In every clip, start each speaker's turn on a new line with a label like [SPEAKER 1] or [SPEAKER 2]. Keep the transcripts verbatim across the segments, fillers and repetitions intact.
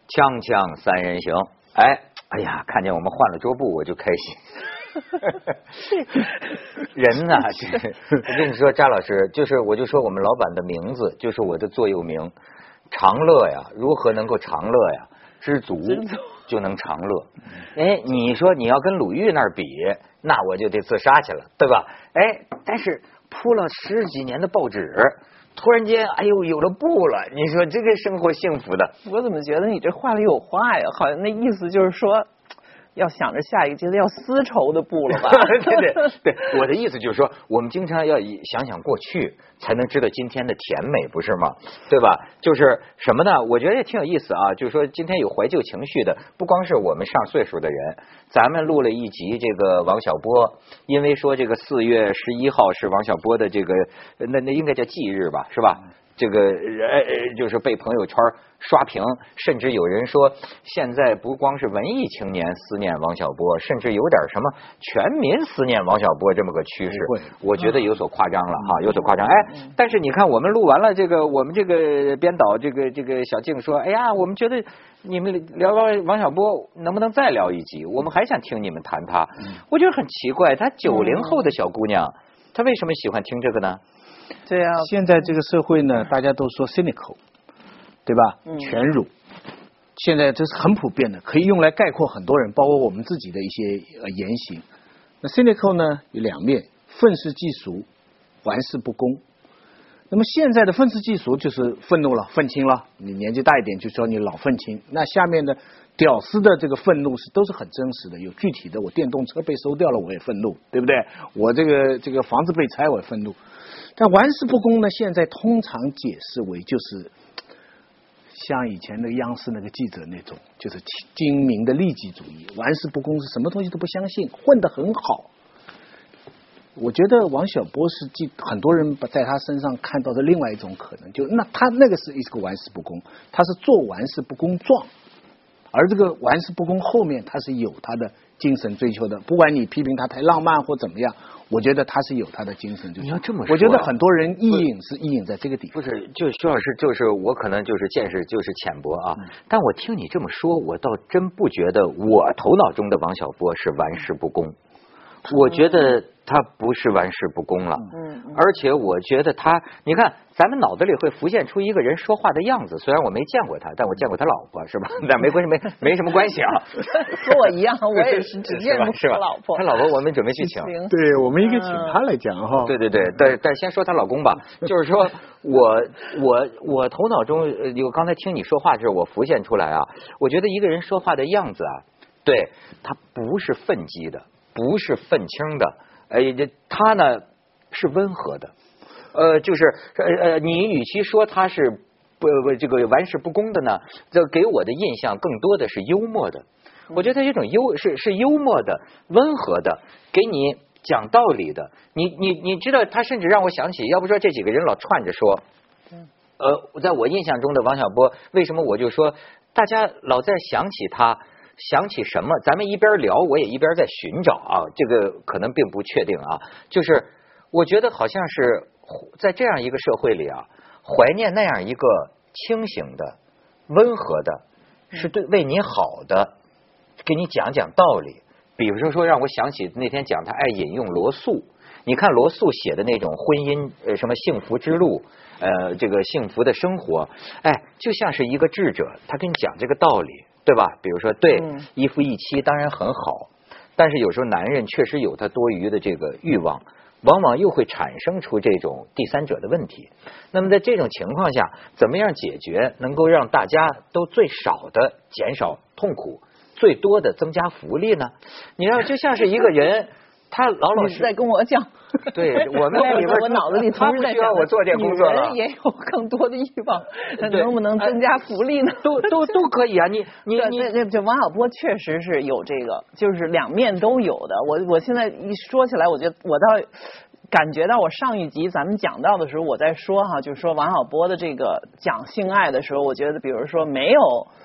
[SPEAKER 1] 锵锵三人行，哎，哎呀，看见我们换了桌布我就开心。人呐、啊，这我跟你说，扎老师，就是我就说我们老板的名字就是我的座右铭，长乐呀，如何能够长乐呀？知足就能长乐。哎，你说你要跟鲁豫那儿比，那我就得自杀去了，对吧？哎，但是铺了十几年的报纸。突然间，哎呦，有了布了！你说这个生活幸福的。
[SPEAKER 2] 我怎么觉得你这话里有话呀？好像那意思就是说，要想着下一个阶段要丝绸的布了吧？
[SPEAKER 1] 对对对，我的意思就是说，我们经常要想想过去，才能知道今天的甜美，不是吗？对吧？就是什么呢？我觉得也挺有意思啊。就是说，今天有怀旧情绪的，不光是我们上岁数的人。咱们录了一集这个王小波，因为说这个四月十一号是王小波的这个，那那应该叫忌日吧，是吧？这个呃就是被朋友圈刷屏，甚至有人说现在不光是文艺青年思念王小波，甚至有点什么全民思念王小波这么个趋势，我觉得有所夸张了哈，有所夸张。哎，但是你看我们录完了这个，我们这个编导这个这个小静说，哎呀，我们觉得你们聊王王小波能不能再聊一集？我们还想听你们谈他。我觉得很奇怪，她九零后的小姑娘，她为什么喜欢听这个呢？
[SPEAKER 2] 对啊，
[SPEAKER 3] 现在这个社会呢，大家都说 cynical， 对吧？
[SPEAKER 2] 嗯、
[SPEAKER 3] 全辱，现在这是很普遍的，可以用来概括很多人，包括我们自己的一些呃言行。那 cynical 呢有两面，愤世嫉俗，玩世不恭。那么现在的愤世嫉俗就是愤怒了，愤青了。你年纪大一点就说你老愤青。那下面的屌丝的这个愤怒是都是很真实的，有具体的。我电动车被收掉了，我也愤怒，对不对？我这个这个房子被拆，我也愤怒。但玩世不恭呢，现在通常解释为就是像以前那个央视那个记者那种，就是精明的利己主义。玩世不恭是什么东西都不相信，混得很好。我觉得王小波是记很多人在他身上看到的另外一种可能，就那他那个是一个玩世不恭，他是做玩世不恭状，而这个玩世不恭后面他是有他的精神追求的，不管你批评他太浪漫或怎么样，我觉得他是有他的精神追求。
[SPEAKER 1] 你要这么说、啊，
[SPEAKER 3] 我觉得很多人意淫是意淫在这个地方。
[SPEAKER 1] 不是，就徐老师，就是我可能就是见识就是浅薄啊、嗯，但我听你这么说，我倒真不觉得我头脑中的王小波是玩世不恭，我觉得他不是玩世不恭了，嗯，而且我觉得他，你看咱们脑子里会浮现出一个人说话的样子，虽然我没见过他，但我见过他老婆，是吧？但没关系，没没什么关系啊。
[SPEAKER 2] 和我一样，我也是只见过他老婆。
[SPEAKER 1] 他老婆我们准备去请，
[SPEAKER 3] 对，我们应该请他来讲哈、
[SPEAKER 1] 嗯。对对对，但但先说她老公吧，就是说我我我头脑中有刚才听你说话的时候，我浮现出来啊，我觉得一个人说话的样子啊，对他不是愤激的，不是愤青的。呃，他呢是温和的，呃，就是呃呃，你与其说他是不不这个玩世不恭的呢，这给我的印象更多的是幽默的。我觉得他这种幽是是幽默的、温和的，给你讲道理的。你你你知道，他甚至让我想起，要不说这几个人老串着说，呃，在我印象中的王小波，为什么我就说大家老在想起他？想起什么？咱们一边聊，我也一边在寻找啊。这个可能并不确定啊。就是我觉得好像是在这样一个社会里啊，怀念那样一个清醒的、温和的，是对为你好的，给你讲讲道理。比如说说让我想起那天讲他爱引用罗素，你看罗素写的那种婚姻呃什么幸福之路，呃这个幸福的生活，哎，就像是一个智者，他跟你讲这个道理。对吧？比如说，对，一夫一妻当然很好，但是有时候男人确实有他多余的这个欲望，往往又会产生出这种第三者的问题。那么在这种情况下，怎么样解决，能够让大家都最少的减少痛苦，最多的增加福利呢？你要就像是一个人。他老老实
[SPEAKER 2] 在跟我讲，
[SPEAKER 1] 对我们里边，
[SPEAKER 2] 我脑子里
[SPEAKER 1] 他不需要我做这工作了。
[SPEAKER 2] 女人也有更多的欲望，能不能增加福利呢？
[SPEAKER 1] 都都都可以啊！你你你，
[SPEAKER 2] 这这王小波确实是有这个，就是两面都有的。我我现在一说起来，我觉得我倒感觉到，我上一集咱们讲到的时候，我在说哈，就是说王小波的这个讲性爱的时候，我觉得比如说没有。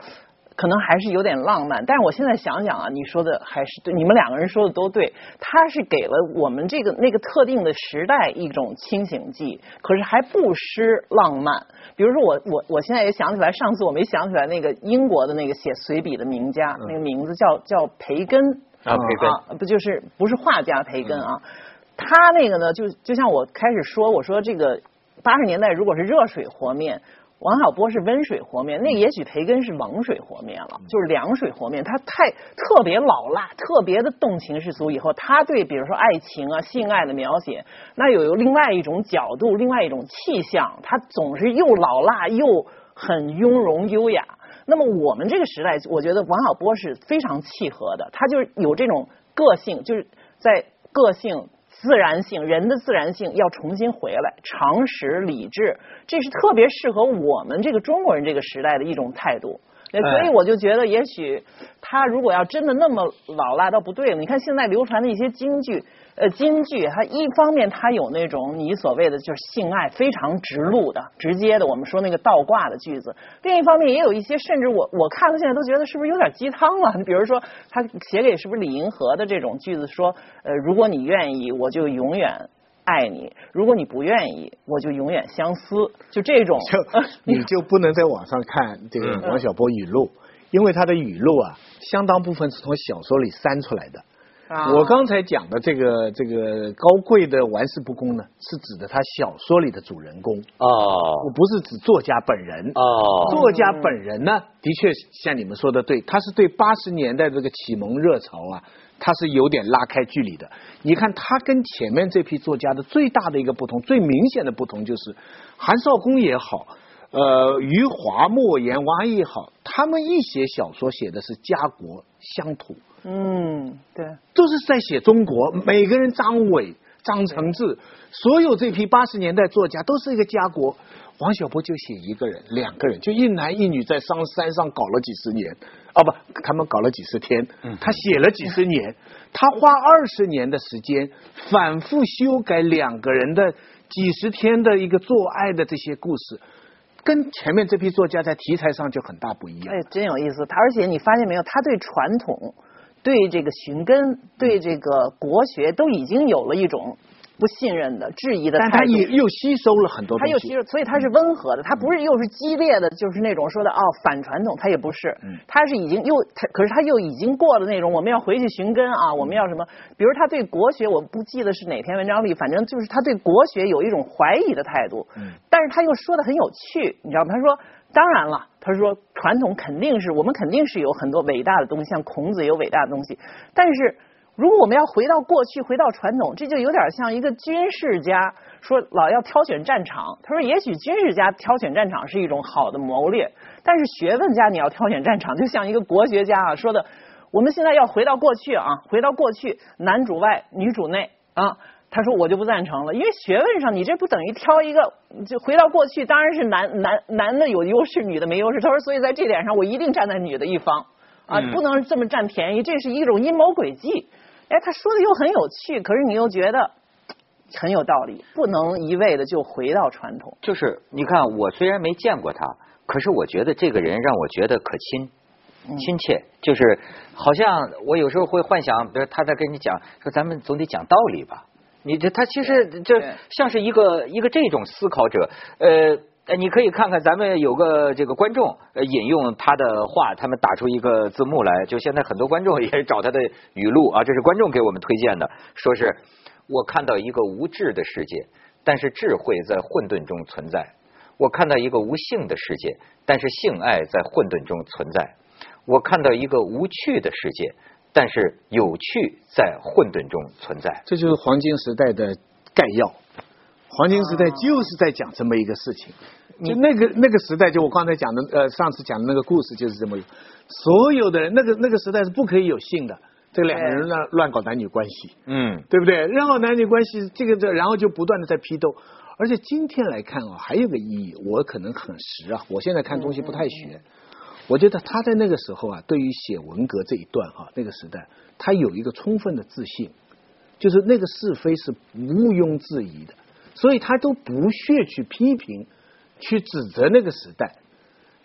[SPEAKER 2] 可能还是有点浪漫，但是我现在想想啊，你说的还是对，你们两个人说的都对，它是给了我们这个那个特定的时代一种清醒剂，可是还不失浪漫。比如说我我我现在也想起来，上次我没想起来那个英国的那个写随笔的名家，嗯、那个名字叫叫培根
[SPEAKER 1] 啊，培根、
[SPEAKER 2] 啊、不就是不是画家培根啊？嗯、他那个呢，就就像我开始说，我说这个八十年代如果是热水和面。王小波是温水和面，那个也许培根是冷水和面了，就是凉水和面。他太特别老辣，特别的动情世俗。以后他对比如说爱情啊、性爱的描写，那有有另外一种角度，另外一种气象。他总是又老辣又很雍容优雅。那么我们这个时代，我觉得王小波是非常契合的，他就是有这种个性，就是在个性。自然性，人的自然性要重新回来，常识、理智，这是特别适合我们这个中国人这个时代的一种态度。所以我就觉得，也许他如果要真的那么老辣，倒不对了。你看现在流传的一些京剧，呃，京剧，它一方面它有那种你所谓的就是性爱非常直露的、直接的，我们说那个倒挂的句子；另一方面也有一些，甚至我我看到现在都觉得是不是有点鸡汤了？你比如说，他写给是不是李银河的这种句子说，呃，如果你愿意，我就永远。爱你，如果你不愿意，我就永远相思。就这种，
[SPEAKER 3] 就你就不能在网上看这个王小波语录，因为他的语录啊，相当部分是从小说里删出来的。啊、我刚才讲的这个这个高贵的玩世不恭呢，是指的他小说里的主人公哦，我不是指作家本人哦。作家本人呢，的确像你们说的对，他是对八十年代这个启蒙热潮啊。他是有点拉开距离的。你看他跟前面这批作家的最大的一个不同，最明显的不同就是，韩少功也好，呃，余华、莫言、王安忆好，他们一写小说写的是家国乡土，
[SPEAKER 2] 嗯，对，
[SPEAKER 3] 都是在写中国。每个人张伟、张承志，所有这批八十年代作家都是一个家国。王小波就写一个人、两个人，就一男一女在上山上搞了几十年，哦不，他们搞了几十天，他写了几十年，他花二十年的时间反复修改两个人的几十天的一个做爱的这些故事，跟前面这批作家在题材上就很大不一样。
[SPEAKER 2] 哎，真有意思。他而且你发现没有，他对传统、对这个寻根、对这个国学都已经有了一种。不信任的、质疑的态度，
[SPEAKER 3] 但他也又吸收了很多东西，
[SPEAKER 2] 他又吸收，所以他是温和的，他不是又是激烈的，就是那种说的哦反传统，他也不是，他是已经又他，可是他又已经过了那种我们要回去寻根啊，我们要什么？比如他对国学，我不记得是哪篇文章里，反正就是他对国学有一种怀疑的态度，但是他又说的很有趣，你知道吗？他说。当然了，他说传统肯定是我们肯定是有很多伟大的东西，像孔子有伟大的东西，但是。如果我们要回到过去，回到传统，这就有点像一个军事家说老要挑选战场。他说，也许军事家挑选战场是一种好的谋略，但是学问家你要挑选战场，就像一个国学家啊说的，我们现在要回到过去啊，回到过去，男主外，女主内啊。他说我就不赞成了，因为学问上你这不等于挑一个，就回到过去，当然是男男男的有优势，女的没优势。他说，所以在这点上我一定站在女的一方啊，不能这么占便宜，这是一种阴谋诡计。哎，他说的又很有趣，可是你又觉得很有道理，不能一味的就回到传统。
[SPEAKER 1] 就是你看，我虽然没见过他，可是我觉得这个人让我觉得可亲。亲切，就是好像我有时候会幻想，比如他在跟你讲说，咱们总得讲道理吧。你这他其实就像是一个一个这种思考者，呃。你可以看看咱们有个这个观众呃引用他的话，他们打出一个字幕来，就现在很多观众也找他的语录啊，这是观众给我们推荐的，说是我看到一个无智的世界，但是智慧在混沌中存在；我看到一个无性的世界，但是性爱在混沌中存在；我看到一个无趣的世界，但是有趣在混沌中存在。
[SPEAKER 3] 这就是黄金时代的概要。黄金时代就是在讲这么一个事情，就那个那个时代，就我刚才讲的，呃，上次讲的那个故事就是这么一个，所有的人，那个那个时代是不可以有性的，这两个人乱乱搞男女关系，嗯，对不对？乱搞男女关系，这个这，然后就不断的在批斗，而且今天来看啊，还有个意义，我可能很实啊，我现在看东西不太学，我觉得他在那个时候啊，对于写文革这一段啊，那个时代，他有一个充分的自信，就是那个是非是毋庸置疑的。所以他都不屑去批评去指责那个时代，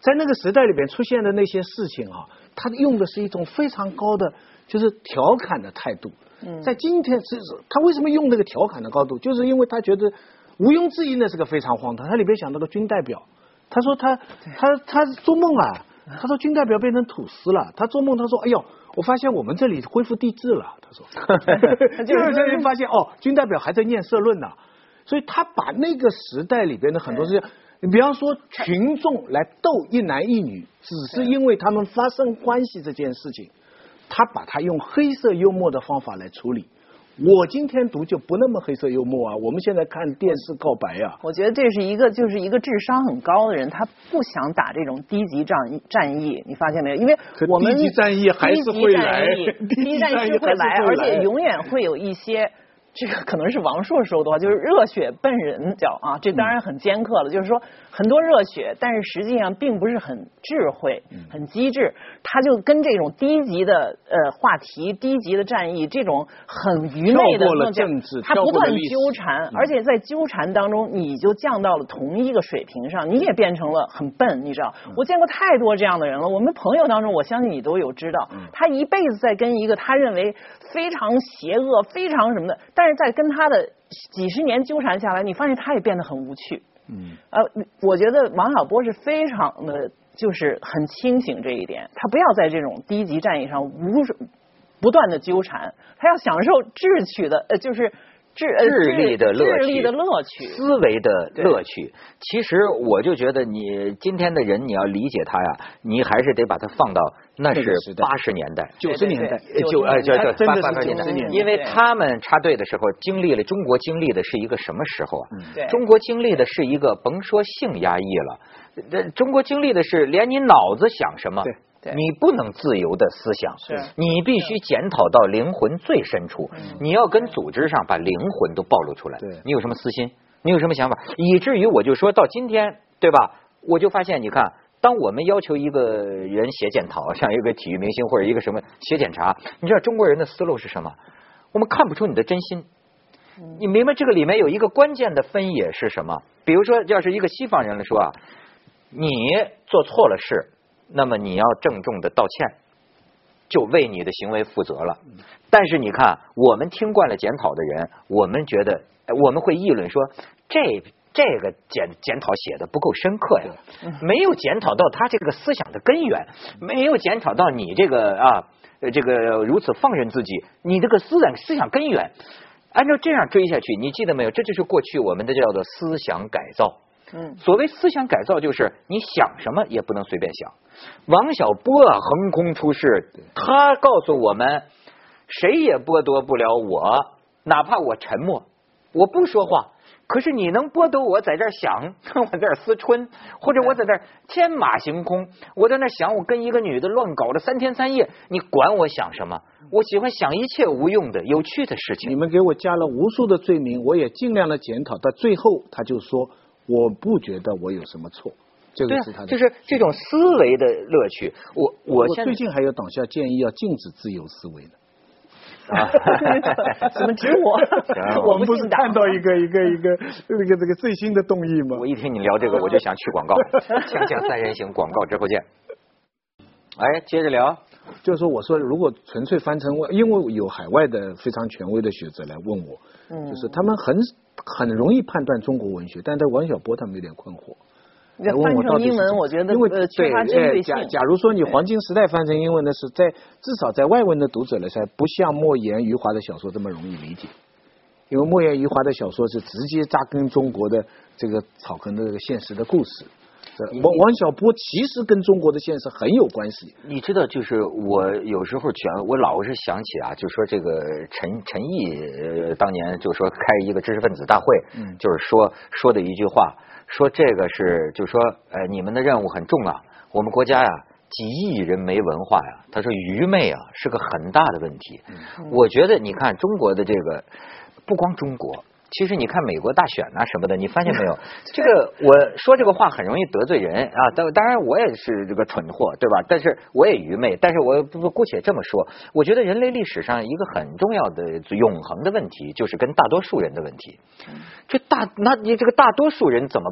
[SPEAKER 3] 在那个时代里边出现的那些事情啊，他用的是一种非常高的就是调侃的态度。嗯，在今天是他为什么用那个调侃的高度，就是因为他觉得毋庸置疑那是个非常荒唐。他里边想到个军代表，他说他他他做梦啊，他说军代表变成土司了，他做梦他说哎呦。我发现我们这里恢复帝制了，他说，就是这人发现哦，军代表还在念社论呢，所以他把那个时代里边的很多事情，你比方说群众来斗一男一女，只是因为他们发生关系这件事情，他把他用黑色幽默的方法来处理。我今天读就不那么黑色幽默啊，我们现在看电视告白啊。
[SPEAKER 2] 我觉得这是一个就是一个智商很高的人，他不想打这种低级战役战役，你发现没有？因为我们
[SPEAKER 3] 低级战役还是会来，
[SPEAKER 2] 低级战役会来，而且永远会有一些。这个可能是王朔说的话，就是热血笨人叫啊，这当然很尖刻了。就是说很多热血，但是实际上并不是很智慧、很机智。他就跟这种低级的呃话题、低级的战役，这种很愚昧的
[SPEAKER 3] 政治，
[SPEAKER 2] 他不断纠缠，而且在纠缠当中，你就降到了同一个水平上，你也变成了很笨。你知道，我见过太多这样的人了。我们朋友当中，我相信你都有知道，他一辈子在跟一个他认为非常邪恶、非常什么的，但。但是在跟他的几十年纠缠下来，你发现他也变得很无趣。嗯，呃，我觉得王小波是非常的，就是很清醒这一点，他不要在这种低级战役上无不断的纠缠，他要享受智取的，呃，就是智
[SPEAKER 1] 智力的乐趣，
[SPEAKER 2] 智力的乐趣，
[SPEAKER 1] 思维的乐趣。其实我就觉得，你今天的人，你要理解他呀，你还是得把他放到那是八十年代、
[SPEAKER 3] 九十年代、
[SPEAKER 1] 九呃就
[SPEAKER 3] 八
[SPEAKER 1] 八十年代，因为他们插队的时候经历了中国经历的是一个什么时候啊？中国经历的是一个甭说性压抑了，中国经历的是连你脑子想什么。你不能自由的思想，你必须检讨到灵魂最深处，你要跟组织上把灵魂都暴露出来。你有什么私心？你有什么想法？以至于我就说到今天，对吧？我就发现，你看，当我们要求一个人写检讨，像一个体育明星或者一个什么写检查，你知道中国人的思路是什么？我们看不出你的真心。你明白这个里面有一个关键的分野是什么？比如说，要是一个西方人来说啊，你做错了事。那么你要郑重的道歉，就为你的行为负责了。但是你看，我们听惯了检讨的人，我们觉得我们会议论说，这这个检检讨写的不够深刻呀，没有检讨到他这个思想的根源，没有检讨到你这个啊这个如此放任自己，你这个思想思想根源。按照这样追下去，你记得没有？这就是过去我们的叫做思想改造。嗯，所谓思想改造，就是你想什么也不能随便想。王小波啊，横空出世，他告诉我们，谁也剥夺不了我，哪怕我沉默，我不说话，可是你能剥夺我在这儿想，我在这儿思春，或者我在这儿天马行空，我在那想我跟一个女的乱搞了三天三夜，你管我想什么？我喜欢想一切无用的、有趣的事情。
[SPEAKER 3] 你们给我加了无数的罪名，我也尽量的检讨，到最后他就说。我不觉得我有什么错，这个是他的，
[SPEAKER 1] 就是这种思维的乐趣。我我
[SPEAKER 3] 最近还有党校建议要禁止自由思维呢。
[SPEAKER 2] 啊，怎么指我？
[SPEAKER 3] 我们不是看到一个一个一个这个这个最新的动议吗？
[SPEAKER 1] 我一听你聊这个，我就想去广告。锵锵三人行，广告之后见。哎，接着聊，
[SPEAKER 3] 就是说，我说如果纯粹翻成，因为有海外的非常权威的学者来问我，嗯，就是他们很很容易判断中国文学，但对王小波他们有点困惑。
[SPEAKER 2] 翻成英文，我觉得
[SPEAKER 3] 因为
[SPEAKER 2] 缺乏针对性。
[SPEAKER 3] 假假如说你黄金时代翻成英文的是在至少在外文的读者来说，不像莫言、余华的小说这么容易理解，因为莫言、余华的小说是直接扎根中国的这个草根的这个现实的故事。王王小波其实跟中国的现实很有关系。
[SPEAKER 1] 你知道，就是我有时候全我老是想起啊，就说这个陈陈毅、呃、当年就说开一个知识分子大会，嗯，就是说说的一句话，说这个是就说呃你们的任务很重啊，我们国家呀几亿人没文化呀，他说愚昧啊是个很大的问题。嗯、我觉得你看中国的这个不光中国。其实你看美国大选啊什么的，你发现没有？这个我说这个话很容易得罪人啊。当当然我也是这个蠢货，对吧？但是我也愚昧。但是我不姑且这么说，我觉得人类历史上一个很重要的永恒的问题，就是跟大多数人的问题。这大那你这个大多数人怎么办？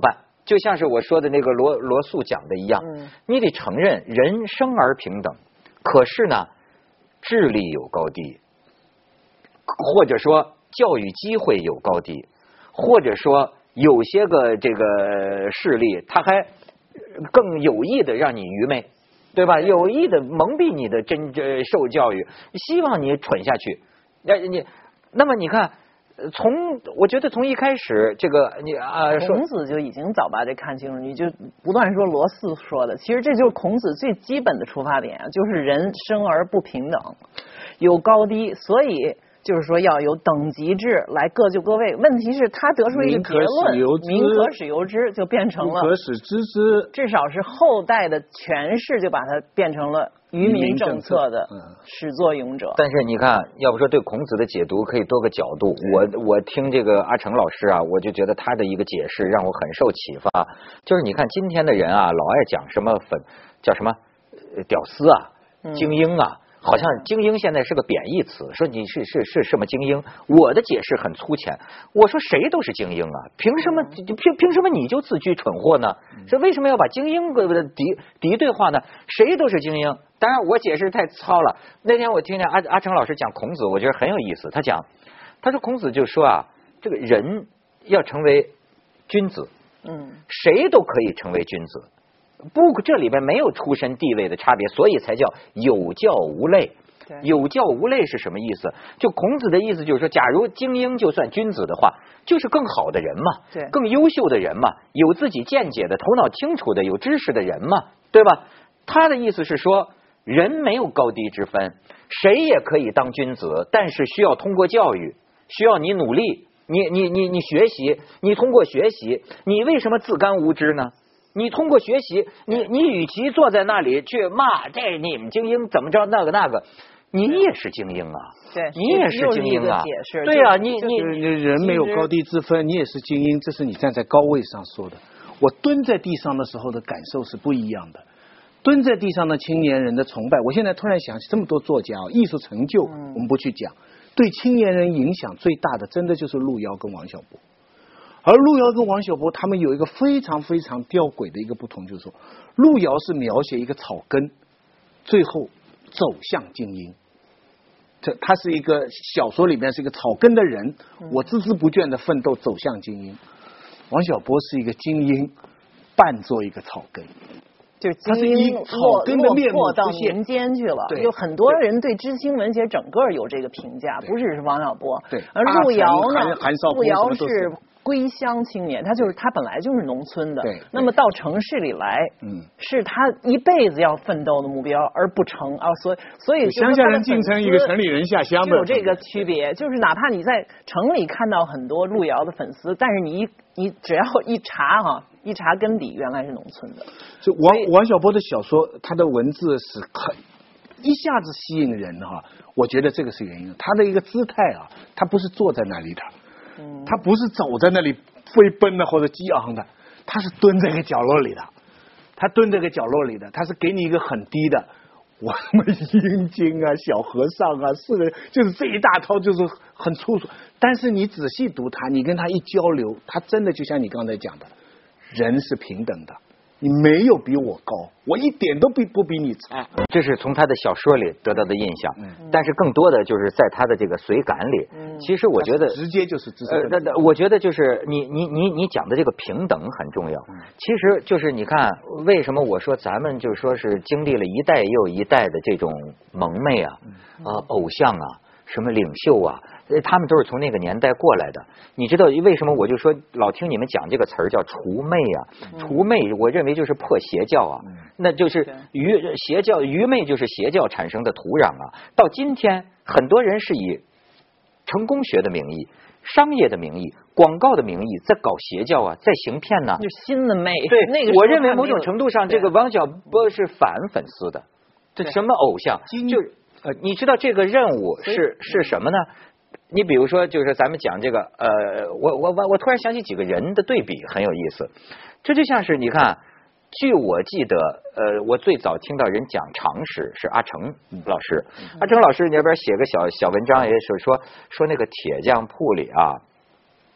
[SPEAKER 1] 就像是我说的那个罗罗素讲的一样，
[SPEAKER 2] 嗯，
[SPEAKER 1] 你得承认人生而平等，可是呢，智力有高低，或者说教育机会有高低，或者说有些个这个势力，他还更有意的让你愚昧，对吧？有意的蒙蔽你的真呃受教育，希望你蠢下去。那你那么你看。从我觉得从一开始这个你啊，
[SPEAKER 2] 孔子就已经早把这看清楚，你就不断说罗素说的，其实这就是孔子最基本的出发点啊，就是人生而不平等，有高低，所以就是说要有等级制来各就各位。问题是他得出一个结论，民可使由之，就变成了
[SPEAKER 3] 可使知之，
[SPEAKER 2] 至少是后代的权势就把它变成了愚民政策的始作俑者。
[SPEAKER 1] 但是你看，要不说对孔子的解读可以多个角度。我我听这个阿成老师啊，我就觉得他的一个解释让我很受启发。就是你看今天的人啊，老爱讲什么粉叫什么屌丝啊、精英啊。好像精英现在是个贬义词，说你是是是什么精英？我的解释很粗浅，我说谁都是精英啊，凭什么凭凭什么你就自居蠢货呢？这为什么要把精英的敌敌对化呢？谁都是精英。当然我解释太糙了。那天我听见阿阿成老师讲孔子，我觉得很有意思。他讲，他说孔子就说啊，这个人要成为君子，嗯，谁都可以成为君子。不，这里边没有出身地位的差别，所以才叫有教无类。有教无类是什么意思？就孔子的意思就是说，假如精英就算君子的话，就是更好的人嘛，
[SPEAKER 2] 对，
[SPEAKER 1] 更优秀的人嘛，有自己见解的、头脑清楚的、有知识的人嘛，对吧？他的意思是说，人没有高低之分，谁也可以当君子，但是需要通过教育，需要你努力，你你你你学习，你通过学习，你为什么自甘无知呢？你通过学习，你你与其坐在那里去骂这你们精英怎么着那个那个，你也是精英啊，
[SPEAKER 2] 对，
[SPEAKER 1] 你也是精英啊，
[SPEAKER 2] 解释
[SPEAKER 1] 对啊，你你
[SPEAKER 3] 人没有高低之分，你也是精英，这是你站在高位上说的。我蹲在地上的时候的感受是不一样的。蹲在地上的青年人的崇拜，我现在突然想起这么多作家，艺术成就我们不去讲，对青年人影响最大的，真的就是路遥跟王小波。而路遥跟王小波他们有一个非常非常吊诡的一个不同，就是说路遥是描写一个草根最后走向精英，这他是一个小说里面是一个草根的人，我孜孜不倦的奋斗走向精英。王小波是一个精英扮作一个草根，
[SPEAKER 2] 就是精英
[SPEAKER 3] 草根的面目
[SPEAKER 2] 到民间去了。有很多人对知青文学整个有这个评价，不只是王小波。
[SPEAKER 3] 对，
[SPEAKER 2] 而路遥呢？
[SPEAKER 3] 韩少
[SPEAKER 2] 路遥是归乡青年，他就是他本来就是农村的，
[SPEAKER 3] 对，
[SPEAKER 2] 那么到城市里来，嗯，是他一辈子要奋斗的目标，而不成啊，所以所以
[SPEAKER 3] 乡下人进城，一个城里人下乡的，
[SPEAKER 2] 就有这个区别。就是哪怕你在城里看到很多路遥的粉丝，但是你一你只要一查哈、啊，一查根底，原来是农村的。
[SPEAKER 3] 就王王小波的小说，他的文字是很一下子吸引人哈、啊，我觉得这个是原因。他的一个姿态啊，他不是坐在那里的。他不是走在那里飞奔的或者激昂的，他是蹲在一个角落里的，他蹲在一个角落里的，他是给你一个很低的，我们阴经啊、小和尚啊，是个就是这一大套就是很粗俗，但是你仔细读他，你跟他一交流，他真的就像你刚才讲的，人是平等的。你没有比我高，我一点都比不比你差。
[SPEAKER 1] 这是从他的小说里得到的印象，嗯、但是更多的就是在他的这个随感里。嗯、其实我觉得
[SPEAKER 3] 直接就是知识
[SPEAKER 1] 呃，那我觉得就是你你你你讲的这个平等很重要。嗯、其实就是你看，为什么我说咱们就是说是经历了一代又一代的这种蒙昧啊，呃，偶像啊，什么领袖啊。他们都是从那个年代过来的，你知道为什么我就说老听你们讲这个词儿叫除魅啊？除魅，我认为就是破邪教啊，那就是愚邪教愚昧就是邪教产生的土壤啊。到今天，很多人是以成功学的名义、商业的名义、广告的名义在搞邪教啊，在行骗呢。
[SPEAKER 2] 就新的魅，
[SPEAKER 1] 对，
[SPEAKER 2] 那个
[SPEAKER 1] 我认为某种程度上，这个王小波是反粉丝的，这什么偶像？就是呃，你知道这个任务是是什么呢？你比如说，就是咱们讲这个，呃，我我我我突然想起几个人的对比，很有意思。这就像是你看，据我记得，呃，我最早听到人讲常识是阿成老师，阿成老师那边写个小小文章，也是说说那个铁匠铺里啊，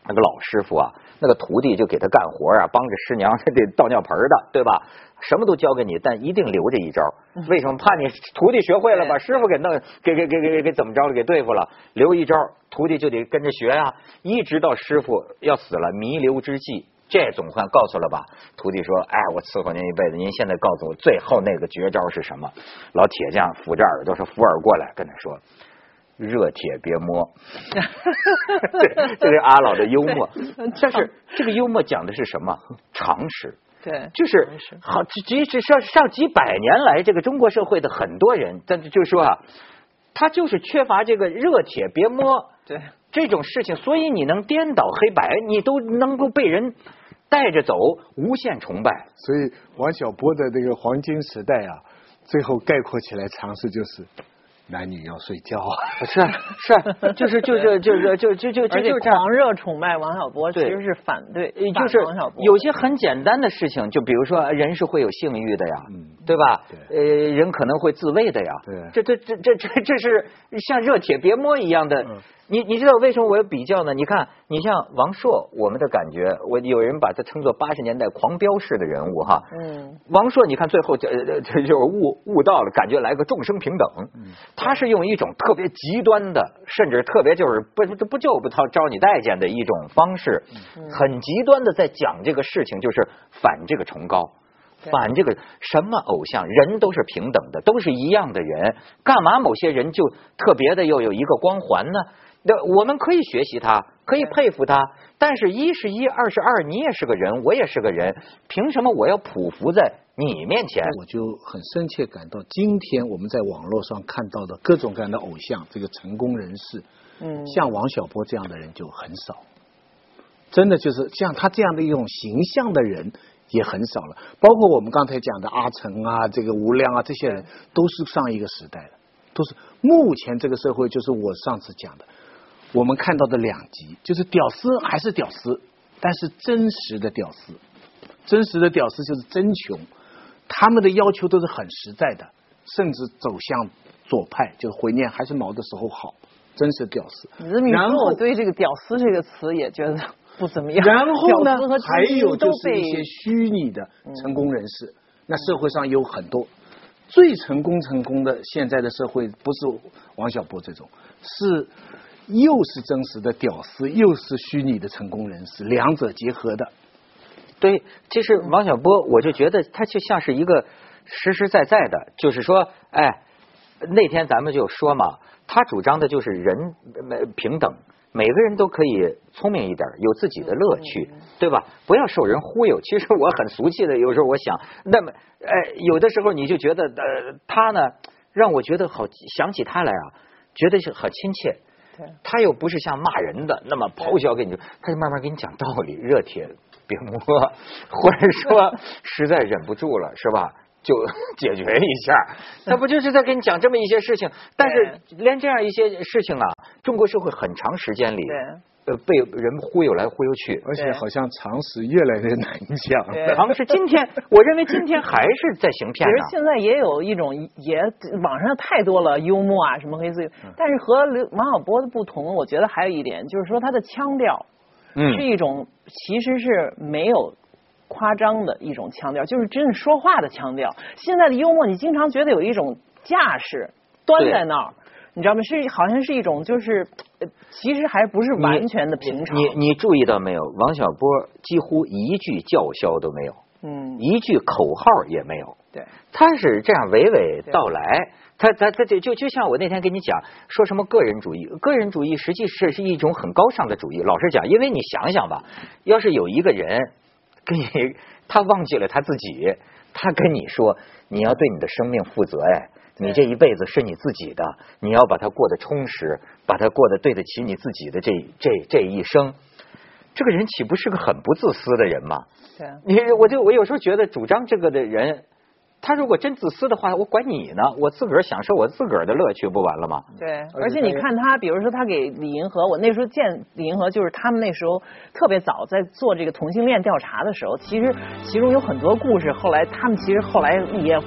[SPEAKER 1] 那个老师傅啊，那个徒弟就给他干活啊，帮着师娘得倒尿盆的，对吧？什么都教给你，但一定留着一招。为什么？怕你徒弟学会了，把师傅给弄给给给给给怎么着了，给对付了，留一招，徒弟就得跟着学啊，一直到师傅要死了，弥留之际。这总算告诉了吧？徒弟说：“哎，我伺候您一辈子，您现在告诉我最后那个绝招是什么？”老铁匠扶着耳朵说：“扶耳过来，跟他说。”热铁别摸，对，这是阿老的幽默。但是这个幽默讲的是什么？常识。
[SPEAKER 2] 对，
[SPEAKER 1] 就是好，即使上上几百年来，这个中国社会的很多人，但是就是说啊，他就是缺乏这个热铁别摸，
[SPEAKER 2] 对
[SPEAKER 1] 这种事情，所以你能颠倒黑白，你都能够被人带着走，无限崇拜。
[SPEAKER 4] 所以王小波的这个黄金时代啊，最后概括起来，常识就是。男女要睡觉啊，
[SPEAKER 1] 是是，就是就是就是就就就就就
[SPEAKER 2] 狂热崇拜王小波，其实是反对，
[SPEAKER 1] 就是有些很简单的事情，就比如说人是会有性欲的呀，嗯，对吧？呃，人可能会自慰的呀，
[SPEAKER 4] 对，
[SPEAKER 1] 这这这这这这是像热铁别摸一样的。你你知道为什么我要比较呢？你看，你像王朔，我们的感觉，我有人把他称作八十年代狂飙式的人物哈。嗯，王朔，你看最后这这就是悟悟到了，感觉来个众生平等。嗯，他是用一种特别极端的，甚至特别就是不不就不招招你待见的一种方式，很极端的在讲这个事情，就是反这个崇高。反这个什么偶像，人都是平等的，都是一样的人，干嘛某些人就特别的又有一个光环呢？那我们可以学习他，可以佩服他，但是一是一，二是二，你也是个人，我也是个人，凭什么我要匍匐在你面前？
[SPEAKER 3] 我就很深切感到，今天我们在网络上看到的各种各样的偶像，这个成功人士，嗯，像王小波这样的人就很少，真的就是像他这样的一种形象的人也很少了。包括我们刚才讲的阿成啊，这个吴良啊，这些人都是上一个时代的，都是目前这个社会，就是我上次讲的。我们看到的两极，就是屌丝还是屌丝，但是真实的屌丝，真实的屌丝就是真穷，他们的要求都是很实在的，甚至走向左派，就是回念还是毛的时候好，真是屌丝。
[SPEAKER 2] 你这么一说，我对这个屌丝这个词也觉得不怎么样。
[SPEAKER 3] 然后呢，还有就是一些虚拟的成功人士，嗯、那社会上有很多最成功成功的，现在的社会不是王小波这种，是。又是真实的屌丝，又是虚拟的成功人士，两者结合的。
[SPEAKER 1] 对，其实王小波，我就觉得他就像是一个实实在在的，就是说，哎，那天咱们就说嘛，他主张的就是人平等，每个人都可以聪明一点，有自己的乐趣，对吧？不要受人忽悠。其实我很俗气的，有时候我想，那么，哎，有的时候你就觉得，呃，他呢，让我觉得好，想起他来啊，觉得是很亲切。他又不是像骂人的那么咆哮给你，他就慢慢给你讲道理，热铁别摸，或者说实在忍不住了是吧，就解决一下，他不就是在跟你讲这么一些事情？但是连这样一些事情啊，中国社会很长时间里呃被人忽悠来忽悠去，
[SPEAKER 4] 而且好像常识越来越难讲。
[SPEAKER 1] 常识今天，我认为今天还是在行骗。
[SPEAKER 2] 其实现在也有一种，也网上太多了幽默啊，什么黑色幽默。但是和王小波的不同，我觉得还有一点就是说他的腔调，嗯，是一种其实是没有夸张的一种腔调，就是真正说话的腔调。现在的幽默，你经常觉得有一种架势端在那儿。你知道吗？是好像是一种，就是其实还不是完全的平常。
[SPEAKER 1] 你 你, 你注意到没有？王小波几乎一句叫嚣都没有，嗯，一句口号也没有。
[SPEAKER 2] 对，
[SPEAKER 1] 他是这样娓娓道来。他他他就就就像我那天跟你讲，说什么个人主义，个人主义实际是是一种很高尚的主义。老实讲，因为你想想吧，要是有一个人跟你他忘记了他自己，他跟你说你要对你的生命负责，哎。你这一辈子是你自己的，你要把它过得充实，把它过得对得起你自己的这这这一生。这个人岂不是个很不自私的人吗？
[SPEAKER 2] 对啊，
[SPEAKER 1] 你我就我有时候觉得主张这个的人，他如果真自私的话，我管你呢，我自个儿享受我自个儿的乐趣不完了吗？
[SPEAKER 2] 对，而且你看他，比如说他给李银河，我那时候见李银河，就是他们那时候特别早在做这个同性恋调查的时候，其实其中有很多故事，后来他们其实后来也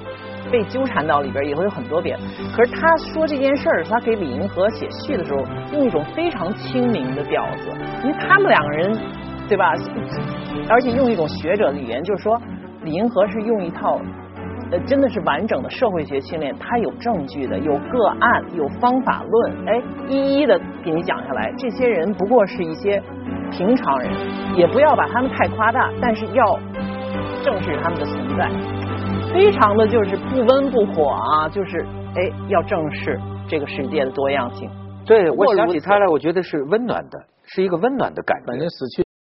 [SPEAKER 2] 被纠缠到里边，也会有很多遍。可是他说这件事儿，他给李银河写序的时候，用一种非常清明的调子，因为他们两个人，对吧？而且用一种学者的语言，就是说李银河是用一套。呃，真的是完整的社会学训练，它有证据的，有个案，有方法论，哎，一一的给你讲下来。这些人不过是一些平常人，也不要把他们太夸大，但是要正视他们的存在，非常的就是不温不火啊，就是哎，要正视这个世界的多样性。
[SPEAKER 1] 对，我想起他来，我觉得是温暖的，是一个温暖的感觉。
[SPEAKER 3] 反正死去。